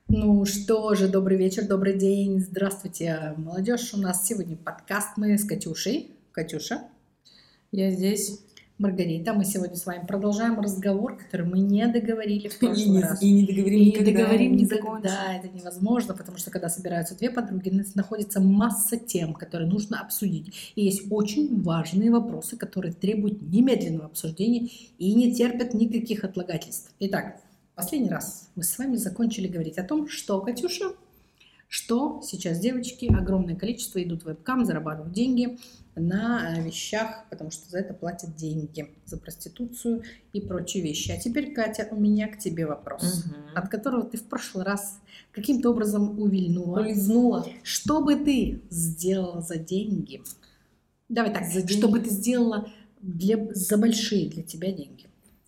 Ну что же, добрый вечер, добрый день, здравствуйте, молодежь. У нас сегодня подкаст мы с Катюшей. Катюша, Я здесь Маргарита. Мы сегодня с вами продолжаем разговор, который мы не договорили в и прошлый раз. не договорим И не никогда, договорим не никогда, закончим. это невозможно, потому что когда собираются две подруги, находится масса тем, которые нужно обсудить. И есть очень важные вопросы, которые требуют немедленного обсуждения и не терпят никаких отлагательств. Итак, последний раз мы с вами закончили говорить о том, что, Катюша, что сейчас девочки, огромное количество идут в вебкам, зарабатывают деньги на вещах, потому что за это платят деньги, за проституцию и прочие вещи. А теперь, Катя, у меня к тебе вопрос, от которого ты в прошлый раз каким-то образом увильнула. Улизнула. Что бы ты сделала за деньги? Давай так, За что бы деньги? ты сделала за большие для тебя деньги?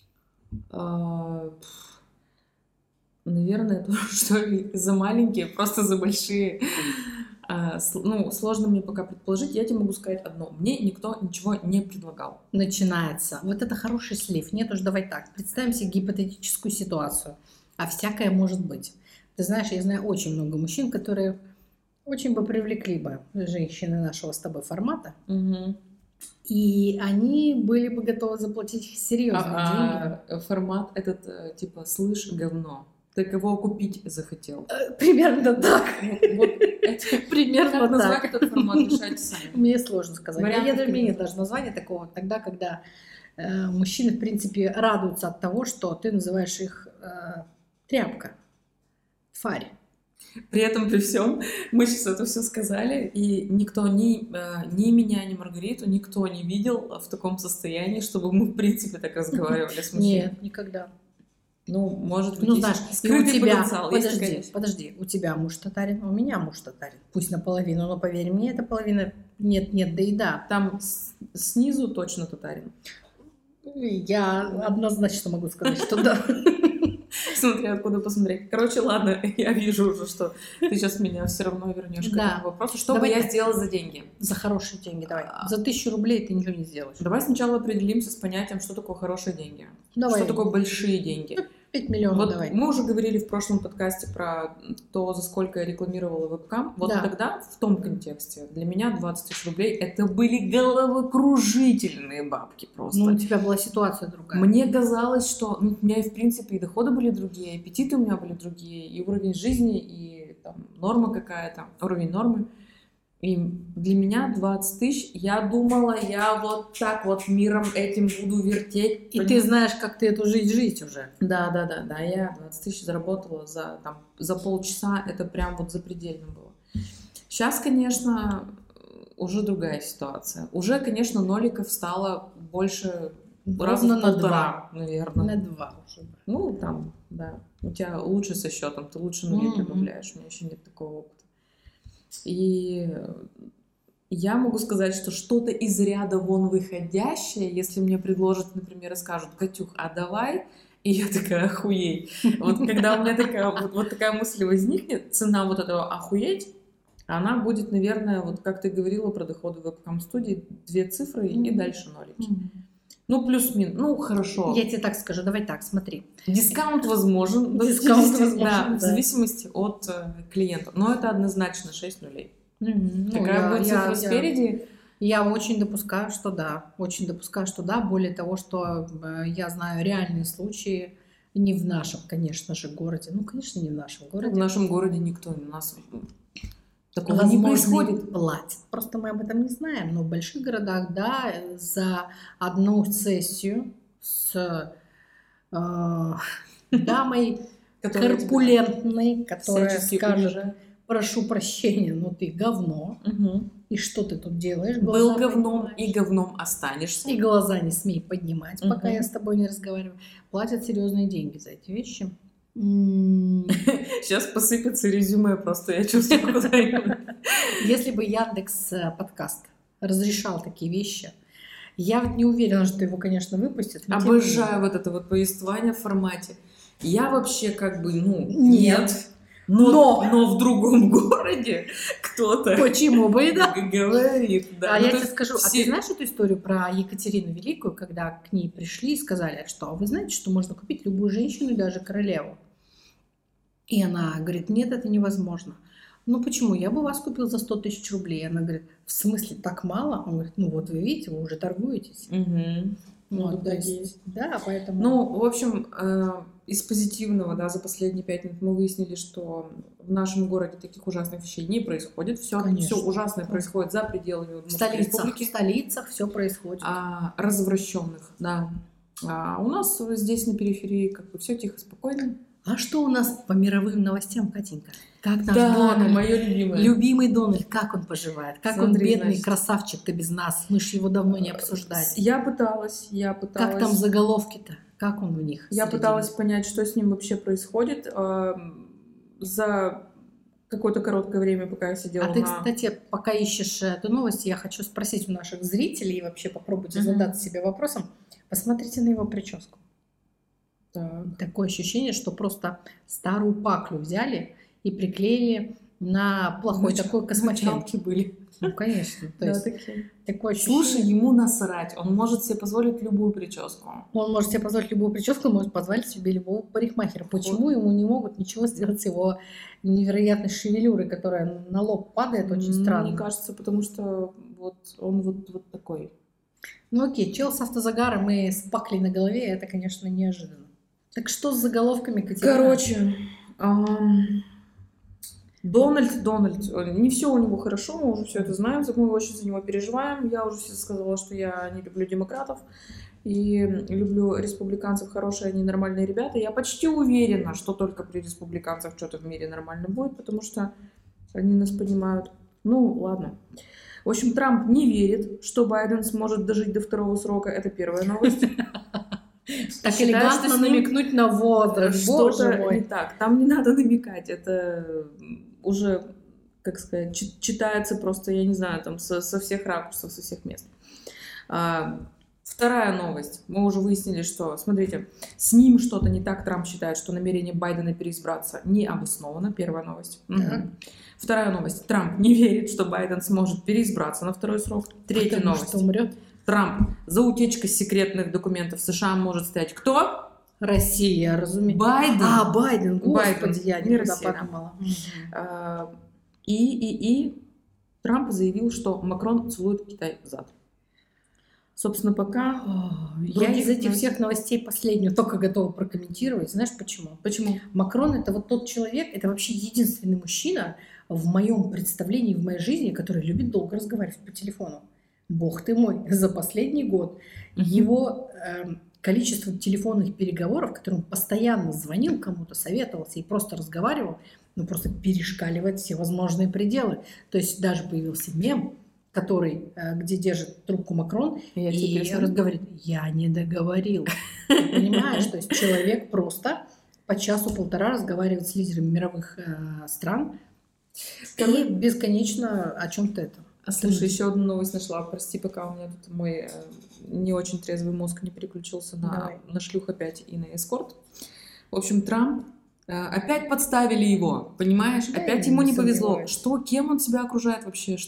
Наверное, то, что ли, за маленькие, просто за большие. Сложно мне пока предположить. Я тебе могу сказать одно. Мне никто ничего не предлагал. Начинается. Вот это хороший слив. Нет уж, давай так. Представим себе гипотетическую ситуацию. А всякое может быть. Ты знаешь, я знаю очень много мужчин, которые очень бы привлекли бы женщины нашего с тобой формата. И они были бы готовы заплатить серьезные деньги. Формат этот, типа, слышь, говно. Ты кого купить захотел? Примерно так. Примерно Как назвать так. этот формат, решайте сами. Мне сложно сказать. Вариантов Я нет. нет даже названия такого. Тогда, когда мужчины, в принципе, радуются от того, что ты называешь их тряпка, фарь. При этом, при всем, мы сейчас это все сказали, и никто, ни меня, ни Маргариту, никто не видел в таком состоянии, чтобы мы, в принципе, так разговаривали с мужчиной. Нет, никогда. Ну, может быть, Ну, есть знаешь, скрытый и у тебя, потенциал. Есть, конечно. подожди, у тебя муж татарин, у меня муж татарин. Пусть наполовину, но поверь мне, эта половина нет, да и да. Там снизу точно татарин. Я однозначно могу сказать, что да. Смотря откуда посмотреть. Короче, ладно, я вижу уже, что ты сейчас меня все равно вернешь к этому вопросу. Что бы я сделала за деньги? За хорошие деньги, давай. За 1000 рублей ты ничего не сделаешь. Давай сначала определимся с понятием, что такое хорошие деньги. Давай. Что такое большие деньги. 5 миллионов, вот давай. Мы уже говорили в прошлом подкасте про то, за сколько я рекламировала вебкам. Вот тогда, в том контексте, для меня 20 000 рублей это были головокружительные бабки просто. Ну, у тебя была ситуация другая. Мне казалось, что у меня, в принципе, и доходы были другие, и аппетиты у меня были другие, и уровень жизни, и там норма какая-то, уровень нормы. И для меня 20 000, я думала, я вот так вот миром этим буду вертеть. И ты знаешь, как ты эту жизнь жить уже. Да, я 20 000 заработала за полчаса, это прям вот запредельно было. Сейчас, конечно, уже другая ситуация. Уже, конечно, ноликов стало больше раза в полтора, наверное. На 2 уже. Ну, там, да. У тебя лучше со счетом, ты лучше нулей прибавляешь. У меня еще нет такого опыта. И я могу сказать, что что-то из ряда вон выходящее, если мне предложат, например, и скажут: Катюх, а давай, и я такая: охуеть. Вот когда у меня такая мысль возникнет, цена вот этого охуеть, она будет, наверное, вот как ты говорила про доходы в вебкам-студии, 2 цифры и дальше нолики. Ну, плюс-минус. Ну, хорошо. Я тебе так скажу, давай так, смотри. Дискаунт возможен. Да, в зависимости от клиента. Но это однозначно 6 нулей. Такая будет цифра спереди. Я очень допускаю, что да. Очень допускаю, что да. Более того, что я знаю реальные случаи, не в нашем, конечно же, городе. Ну, конечно, не в нашем городе. В нашем городе никто у нас такого не происходит. Платит. Просто мы об этом не знаем. Но в больших городах, да, за одну сессию с дамой корпулентной, которая скажет: прошу прощения, но ты говно. И что ты тут делаешь? Был говном, и говном останешься. И глаза не смей поднимать, пока я с тобой не разговариваю. Платят серьезные деньги за эти вещи. Сейчас посыпется резюме просто, я чувствую куда-нибудь. Если бы Яндекс подкаст разрешал такие вещи, я вот не уверена, что его, конечно, выпустят. Обожаю вот это вот повествование в формате. Я вообще как бы, нет. Но в другом городе кто-то почему бы и да говорит. Да. А я тебе скажу, а ты знаешь эту историю про Екатерину Великую, когда к ней пришли и сказали, что вы знаете, что можно купить любую женщину, даже королеву? И она говорит, нет, это невозможно. Ну почему? Я бы вас купил за 100 тысяч рублей. Она говорит, в смысле, так мало? Он говорит, ну вот вы видите, вы уже торгуетесь. Угу. Вот, то есть, да, поэтому... Ну, в общем, из позитивного, да, за последние 5 минут мы выяснили, что в нашем городе таких ужасных вещей не происходит. Все ужасное происходит за пределами Удмуртской республики. В столицах все происходит. Развращенных, да. У нас здесь на периферии как бы все тихо, спокойно. А что у нас по мировым новостям, Катенька? Как наш Дональд, мое любимое. Любимый Дональд, как он поживает? Как Смотри, он бедный, значит, красавчик-то без нас? Мы ж его давно не обсуждали. Я пыталась. Как там заголовки-то? Как он в них? Я пыталась понять, что с ним вообще происходит. За какое-то короткое время, пока я сидела ты, кстати, пока ищешь эту новость, я хочу спросить у наших зрителей, и вообще попробуйте задаться себе вопросом. Посмотрите на его прическу. Такое ощущение, что просто старую паклю взяли и приклеили на плохой такой космочалки были. Ну, конечно. То есть, такое ощущение... Слушай, ему насрать. Он может себе позволить любую прическу. Он может себе позволить любую прическу, может позволить себе любого парикмахера. Почему ему не могут ничего сделать с его невероятной шевелюрой, которая на лоб падает, очень странно? Мне кажется, потому что вот он вот такой. Ну окей, чел с автозагаром и с паклей на голове, это, конечно, неожиданно. Так что с заголовками, Катерина? Короче, Дональд, не все у него хорошо, мы уже все это знаем, мы очень за него переживаем. Я уже сказала, что я не люблю демократов и люблю республиканцев, хорошие они, нормальные ребята. Я почти уверена, что только при республиканцах что-то в мире нормально будет, потому что они нас понимают. Ну, ладно. В общем, Трамп не верит, что Байден сможет дожить до второго срока. Это первая новость. Так элегантно намекнуть на возраст. Что-то не так. Там не надо намекать. Это уже, как сказать, читается просто, я не знаю, там со всех ракурсов, со всех мест. Вторая новость. Мы уже выяснили, что, смотрите, с ним что-то не так. Трамп считает, что намерение Байдена переизбраться не обосновано. Первая новость. Вторая новость. Трамп не верит, что Байден сможет переизбраться на второй срок. Третья новость. Что умрет. Трамп за утечкой секретных документов США может стоять кто? Россия, разумеется. Байден. Байден, господи, я не Россия, подумала. И Трамп заявил, что Макрон целует Китай в зад. Собственно, пока... Я из этих всех новостей последнюю только готова прокомментировать. Знаешь почему? Почему? Макрон — это вот тот человек, это вообще единственный мужчина в моем представлении, в моей жизни, который любит долго разговаривать по телефону. Бог ты мой, за последний год его количество телефонных переговоров, которым он постоянно звонил кому-то, советовался и просто разговаривал, ну просто перешкаливает все возможные пределы. То есть даже появился мем, который, где держит трубку Макрон и разговаривает, я не договорил. Ты понимаешь, то есть человек просто по часу-полтора разговаривает с лидерами мировых стран и бесконечно о чем-то это. Слушай, еще одну новость нашла. Прости, пока у меня тут мой не очень трезвый мозг не переключился на шлюх опять и на эскорт. В общем, Трамп опять подставили его, понимаешь? Да, опять ему не повезло. Что, кем он себя окружает вообще?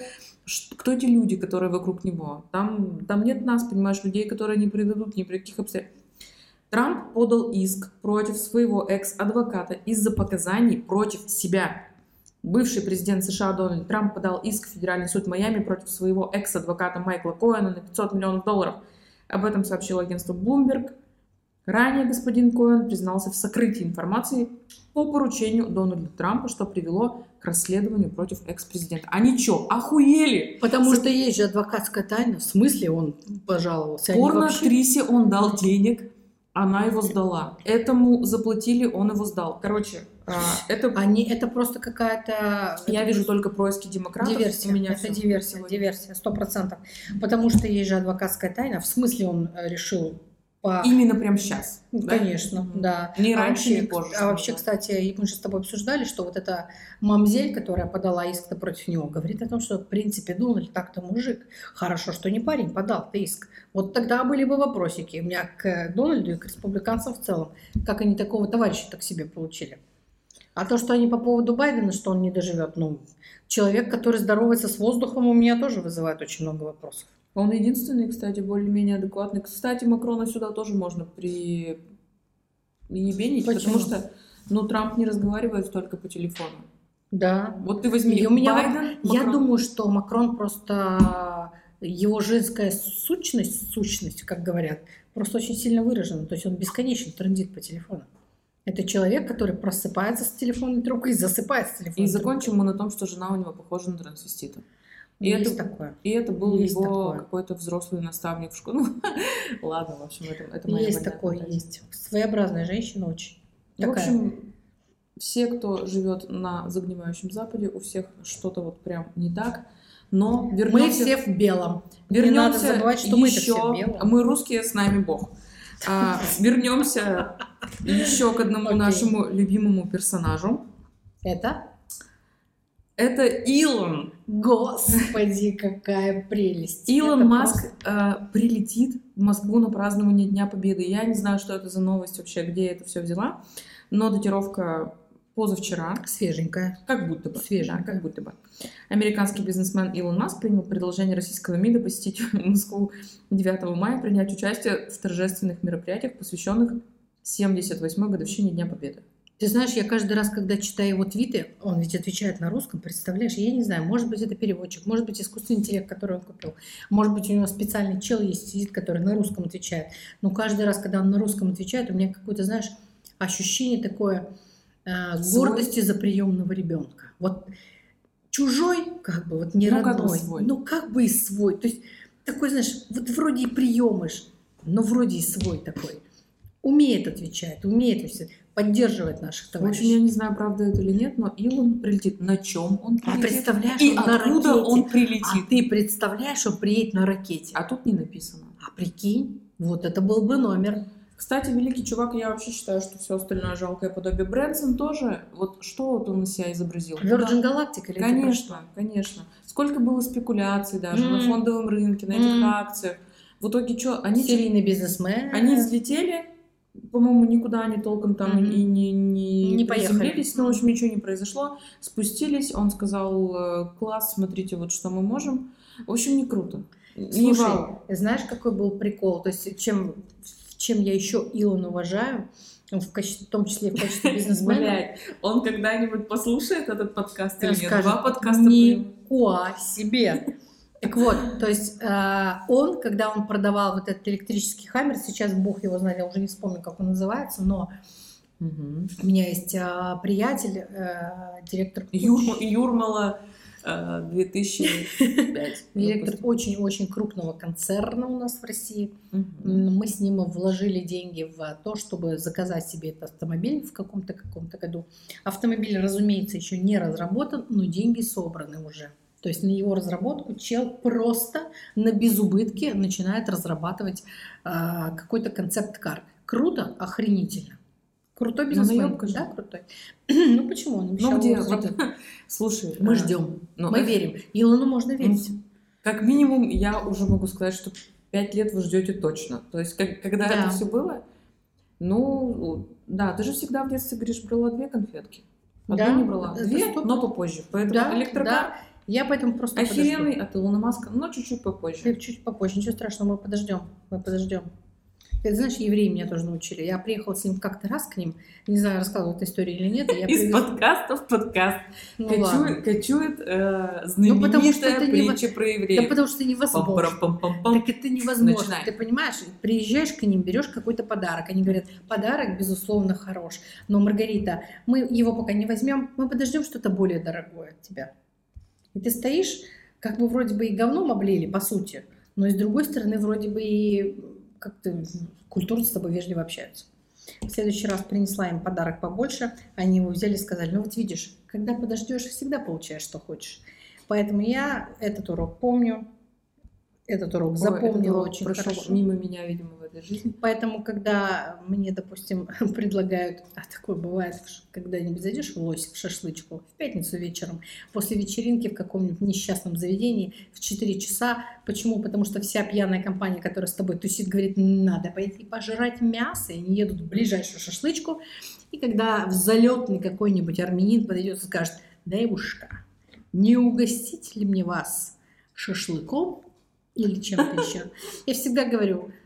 Кто эти люди, которые вокруг него? Там нет нас, понимаешь, людей, которые не предадут ни при каких обстоятельствах. Трамп подал иск против своего экс-адвоката из-за показаний против себя. Бывший президент США Дональд Трамп подал иск в Федеральный суд Майами против своего экс-адвоката Майкла Коэна на $500 миллионов. Об этом сообщило агентство Bloomberg. Ранее господин Коэн признался в сокрытии информации по поручению Дональда Трампа, что привело к расследованию против экс-президента. Они что, охуели? Потому что есть же адвокатская тайна. В смысле он пожаловался? Порно-актрисе он дал денег, она его сдала. Этому заплатили, он его сдал. Короче, это просто какая-то... Я вижу только происки демократов. Диверсия. Это диверсия, 100%. Потому что есть же адвокатская тайна. В смысле он решил... Именно прямо сейчас. Конечно, да. Не раньше, не позже. А вообще, кстати, мы же с тобой обсуждали, что вот эта мамзель, которая подала иск против него, говорит о том, что в принципе Дональд так-то мужик. Хорошо, что не парень подал иск. Вот тогда были бы вопросики у меня к Дональду и к республиканцам в целом. Как они такого товарища так себе получили. А то, что они по поводу Байдена, что он не доживет, человек, который здоровается с воздухом, у меня тоже вызывает очень много вопросов. Он единственный, кстати, более-менее адекватный. Кстати, Макрона сюда тоже можно приебенить, потому что Но Трамп не разговаривает только по телефону. Да. Вот ты возьми И у меня Байден, я Макрон. думаю, что Макрон просто, его женская сущность, как говорят, просто очень сильно выражена. То есть он бесконечно трындит по телефону. Это человек, который просыпается с телефонной трубкой и засыпает с телефонной И трубкой. закончим мы на том, что жена у него похожа на трансвестита. И Есть это, такое. и это был Есть его такое. какой-то взрослый наставник в школе. Ну, ладно, в общем, это моя Есть понятная такое, фантазия. есть. Своеобразная женщина очень. В Такая. общем, все, кто живет на загнивающем Западе, у всех что-то вот прям не так. Но Мы вернемся, все в белом. Не надо вернемся забывать, что мы-то все в еще. белом. Мы русские, с нами Бог. Вернемся еще к одному Окей. нашему любимому персонажу. Это Илон. Господи, какая прелесть. Илон Это Маск прилетит в Москву на празднование Дня Победы. Я не знаю, что это за новость вообще, где я это все взяла, но датировка позавчера. Свеженькая. Как будто бы. Свеженькая. Да, как будто бы. Американский бизнесмен Илон Маск принял предложение российского МИДа посетить Москву 9 мая, принять участие в торжественных мероприятиях, посвященных 78-й годовщине Дня Победы. Ты знаешь, я каждый раз, когда читаю его твиты, он ведь отвечает на русском, представляешь? Я не знаю, может быть, это переводчик, может быть, искусственный интеллект, который он купил, может быть, у него специальный чел есть, сидит, который на русском отвечает. Но каждый раз, когда он на русском отвечает, у меня какое-то, знаешь, ощущение такое гордости за приемного ребенка. Вот чужой, как бы, вот не родной, как бы свой. ну как бы и свой. То есть такой, знаешь, вот вроде и приемыш, но вроде и свой такой. Умеет отвечать, умеет все, поддерживает наших В общем, я товарищей. не знаю, правда это или нет, но Илон прилетит. На чем он А прилетит? представляешь, И он на откуда ракете. он прилетит? А ты представляешь, он приедет на ракете. А тут не написано. А прикинь, вот это был бы номер. Кстати, великий чувак, я вообще считаю, что все остальное жалкое подобие. Брэнсон тоже, вот что вот он из себя изобразил? Virgin Galactic или Конечно, конечно. Сколько было спекуляций даже на фондовом рынке, на этих акциях. В итоге что? Они серийный бизнесмен. Они взлетели, по-моему, никуда они толком там и не поехали. приземлились, но, в общем, ничего не произошло. Спустились, он сказал, класс, смотрите, вот что мы можем. В общем, не круто. Не Слушай, вау. знаешь, какой был прикол? То есть, чем я еще Илона уважаю, в том числе в качестве бизнесмена. Блядь, он когда-нибудь послушает этот подкаст или нет? Скажет, Два подкаста. Никуа себе. Так вот, то есть он, когда он продавал вот этот электрический хаммер, сейчас бог его знает, я уже не вспомню, как он называется, но у меня есть приятель, директор... Юрмала 2005. Директор очень-очень крупного концерна у нас в России. Мы с ним вложили деньги в то, чтобы заказать себе этот автомобиль в каком-то году. Автомобиль, разумеется, еще не разработан, но деньги собраны уже. То есть на его разработку чел просто на безубытке начинает разрабатывать какой-то концепт-кар. Круто, охренительно. Крутой бизнесмен. Да, крутой. Ну почему? Он обещал. Ну где? Вот, слушай. Мы ждем. Мы верим. Илону можно верить. Как минимум, я уже могу сказать, что 5 лет вы ждете точно. То есть, когда это все было, ну, да, ты же всегда в детстве говоришь, брала 2 конфетки. Одну не брала. 2, но попозже. Поэтому электрокар. Я поэтому просто охеренный от Илона Маска, но чуть-чуть попозже. Чуть попозже, ничего страшного, мы подождем. Ты знаешь, евреи меня тоже научили. Я приехала с ним как-то раз к ним, не знаю, рассказывала эту историю или нет. Из подкаста в подкаст. Кочует знаменитая притча про евреев. Да потому что невозможно. Так это невозможно. Ты понимаешь, приезжаешь к ним, берешь какой-то подарок. Они говорят, подарок, безусловно, хорош. Но, Маргарита, мы его пока не возьмем, мы подождем что-то более дорогое от тебя. И ты стоишь, как бы вроде бы и говном облили, по сути, но и с другой стороны вроде бы и как-то культурно с тобой вежливо общаются. В следующий раз принесла им подарок побольше, они его взяли и сказали, ну вот видишь, когда подождешь, всегда получаешь, что хочешь. Поэтому я этот урок помню, этот урок запомнила очень хорошо. Мимо меня, видимо, в этой жизни. Поэтому, когда мне, допустим, предлагают, а такое бывает, когда-нибудь зайдешь в Лось, в шашлычку, в пятницу вечером, после вечеринки в каком-нибудь несчастном заведении в 4 часа. Почему? Потому что вся пьяная компания, которая с тобой тусит, говорит, надо пойти пожрать мясо, и они едут в ближайшую шашлычку. И когда в залетный какой-нибудь армянин подойдет и скажет, девушка, не угостить ли мне вас шашлыком? Или чем-то еще. Я всегда говорю,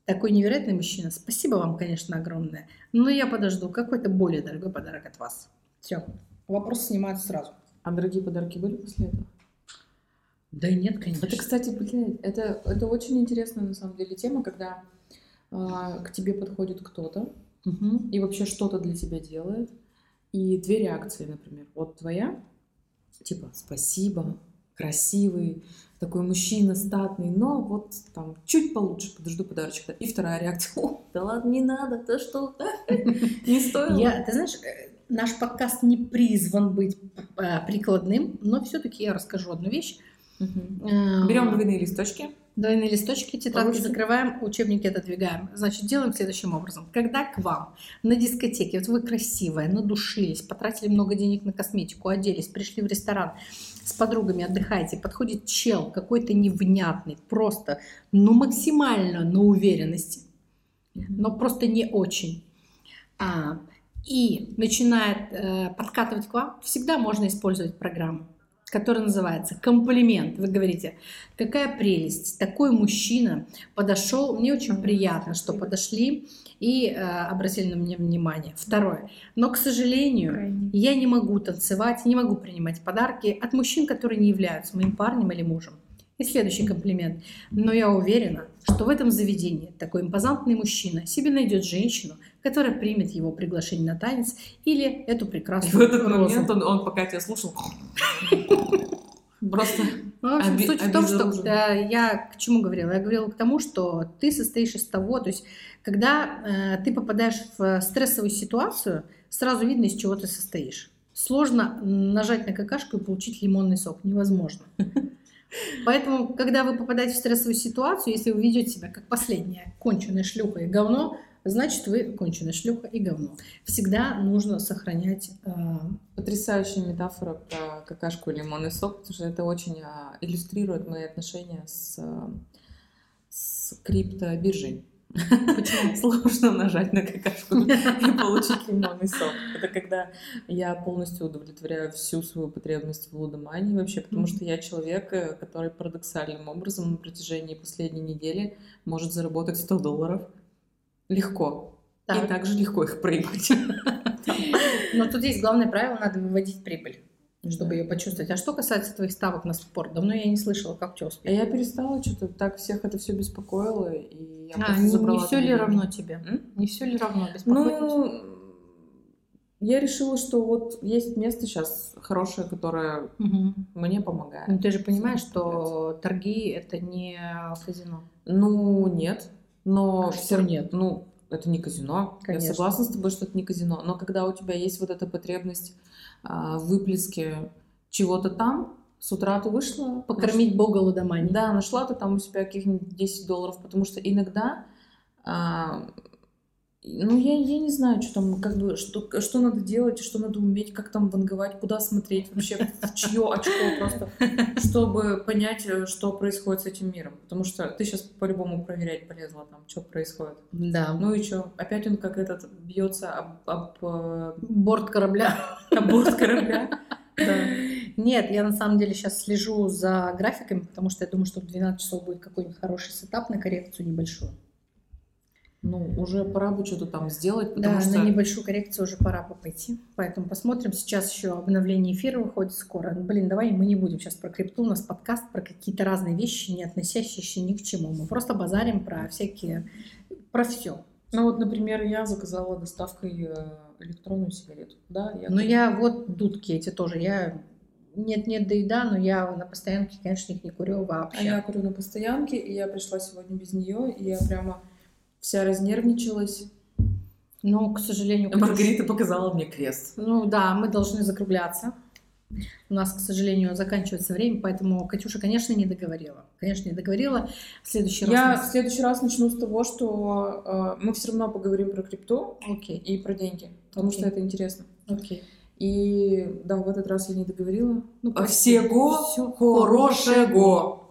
Такой невероятный мужчина. Спасибо вам, конечно, огромное. Но я подожду какой-то более дорогой подарок от вас. Все. Вопрос снимают сразу. А дорогие подарки были после этого? Да нет, конечно. Это, кстати, блядь, это очень интересная на самом деле тема, когда к тебе подходит кто-то и вообще что-то для тебя делает, и две реакции, например. Вот твоя, типа, спасибо, красивый, такой мужчина, статный, но вот там чуть получше, подожду подарочек. И вторая реакция, о, да ладно, не надо, да что, не стоило. Ты знаешь, наш подкаст не призван быть прикладным, но все-таки я расскажу одну вещь. Берем двойные листочки. Двойные листочки, тетрадки закрываем, учебники отодвигаем. Значит, делаем следующим образом. Когда к вам на дискотеке, вот вы красивая, надушились, потратили много денег на косметику, оделись, пришли в ресторан, с подругами отдыхаете, подходит чел какой-то невнятный, просто, максимально на уверенности, но просто не очень. И начинает подкатывать к вам, всегда можно использовать программу, которая называется «Комплимент». Вы говорите, какая прелесть, такой мужчина подошел, мне очень приятно, что подошли и обратили на меня внимание. Второе. Но, к сожалению, я не могу танцевать, не могу принимать подарки от мужчин, которые не являются моим парнем или мужем. И следующий комплимент. Но я уверена, что в этом заведении такой импозантный мужчина себе найдет женщину, которая примет его приглашение на танец или эту прекрасную розу. В этот момент он пока тебя слушал, просто суть в том, что я к чему говорила? Я говорила к тому, что ты состоишь из того, то есть когда ты попадаешь в стрессовую ситуацию, сразу видно, из чего ты состоишь. Сложно нажать на какашку и получить лимонный сок. Невозможно. Поэтому, когда вы попадаете в стрессовую ситуацию, если вы ведете себя как последняя конченая шлюха и говно, значит, вы конченая шлюха и говно. Всегда нужно сохранять... Потрясающая метафора про какашку и лимонный сок, потому что это очень иллюстрирует мои отношения с криптобиржей. Почему? Сложно нажать на какашку и получить лимонный сок. Это когда я полностью удовлетворяю всю свою потребность в лудомании вообще, потому что я человек, который парадоксальным образом на протяжении последней недели может заработать $100 легко. Так. И также легко их проиграть. Но тут есть главное правило, надо выводить прибыль, чтобы ее почувствовать. А что касается твоих ставок на спорт, давно я не слышала, как у тебя успехи. Я перестала, что-то так всех это все беспокоило, и я просто не забрала. все ли равно тебе? Не все ли равно беспокоить? Я решила, что вот есть место сейчас хорошее, которое мне помогает. Ну, ты же понимаешь, что торги это не казино. Ну, нет. Но все нет. Ну, это не казино. Конечно. Я согласна с тобой, что это не казино. Но когда у тебя есть вот эта потребность в выплеске чего-то там, с утра ты вышла... Покормить бога лудомании. Да, нашла ты там у себя каких-нибудь $10, потому что иногда... Ну, я не знаю, что там, как бы, что надо делать, что надо уметь, как там ванговать, куда смотреть вообще, в чье очко просто, чтобы понять, что происходит с этим миром. Потому что ты сейчас по-любому проверять полезла, там, что происходит. Да. Ну и что? Опять он как этот бьется об борт корабля. Об борт корабля. Да. Нет, я на самом деле сейчас слежу за графиками, потому что я думаю, что в 12 часов будет какой-нибудь хороший сетап на коррекцию небольшую. Ну, уже пора бы что-то там сделать, потому что... на небольшую коррекцию уже пора бы пойти. Поэтому посмотрим. Сейчас еще обновление эфира выходит скоро. Давай мы не будем сейчас про крипту. У нас подкаст про какие-то разные вещи, не относящиеся ни к чему. Мы просто базарим про всякие... про все. Ну вот, например, я заказала доставкой электронную сигарету. Да, я вот дудки эти тоже. Я... Нет, да, но я на постоянке, конечно, их не курю вообще. А я курю на постоянке, и я пришла сегодня без нее, и я прямо... Вся разнервничалась. Ну, к сожалению... Маргарита показала мне крест. Ну да, мы должны закругляться. У нас, к сожалению, заканчивается время, поэтому Катюша, конечно, не договорила. В следующий раз... Я в следующий раз начну с того, что мы все равно поговорим про крипту и про деньги, потому что это интересно. И да, в этот раз я не договорила. Всего хорошего!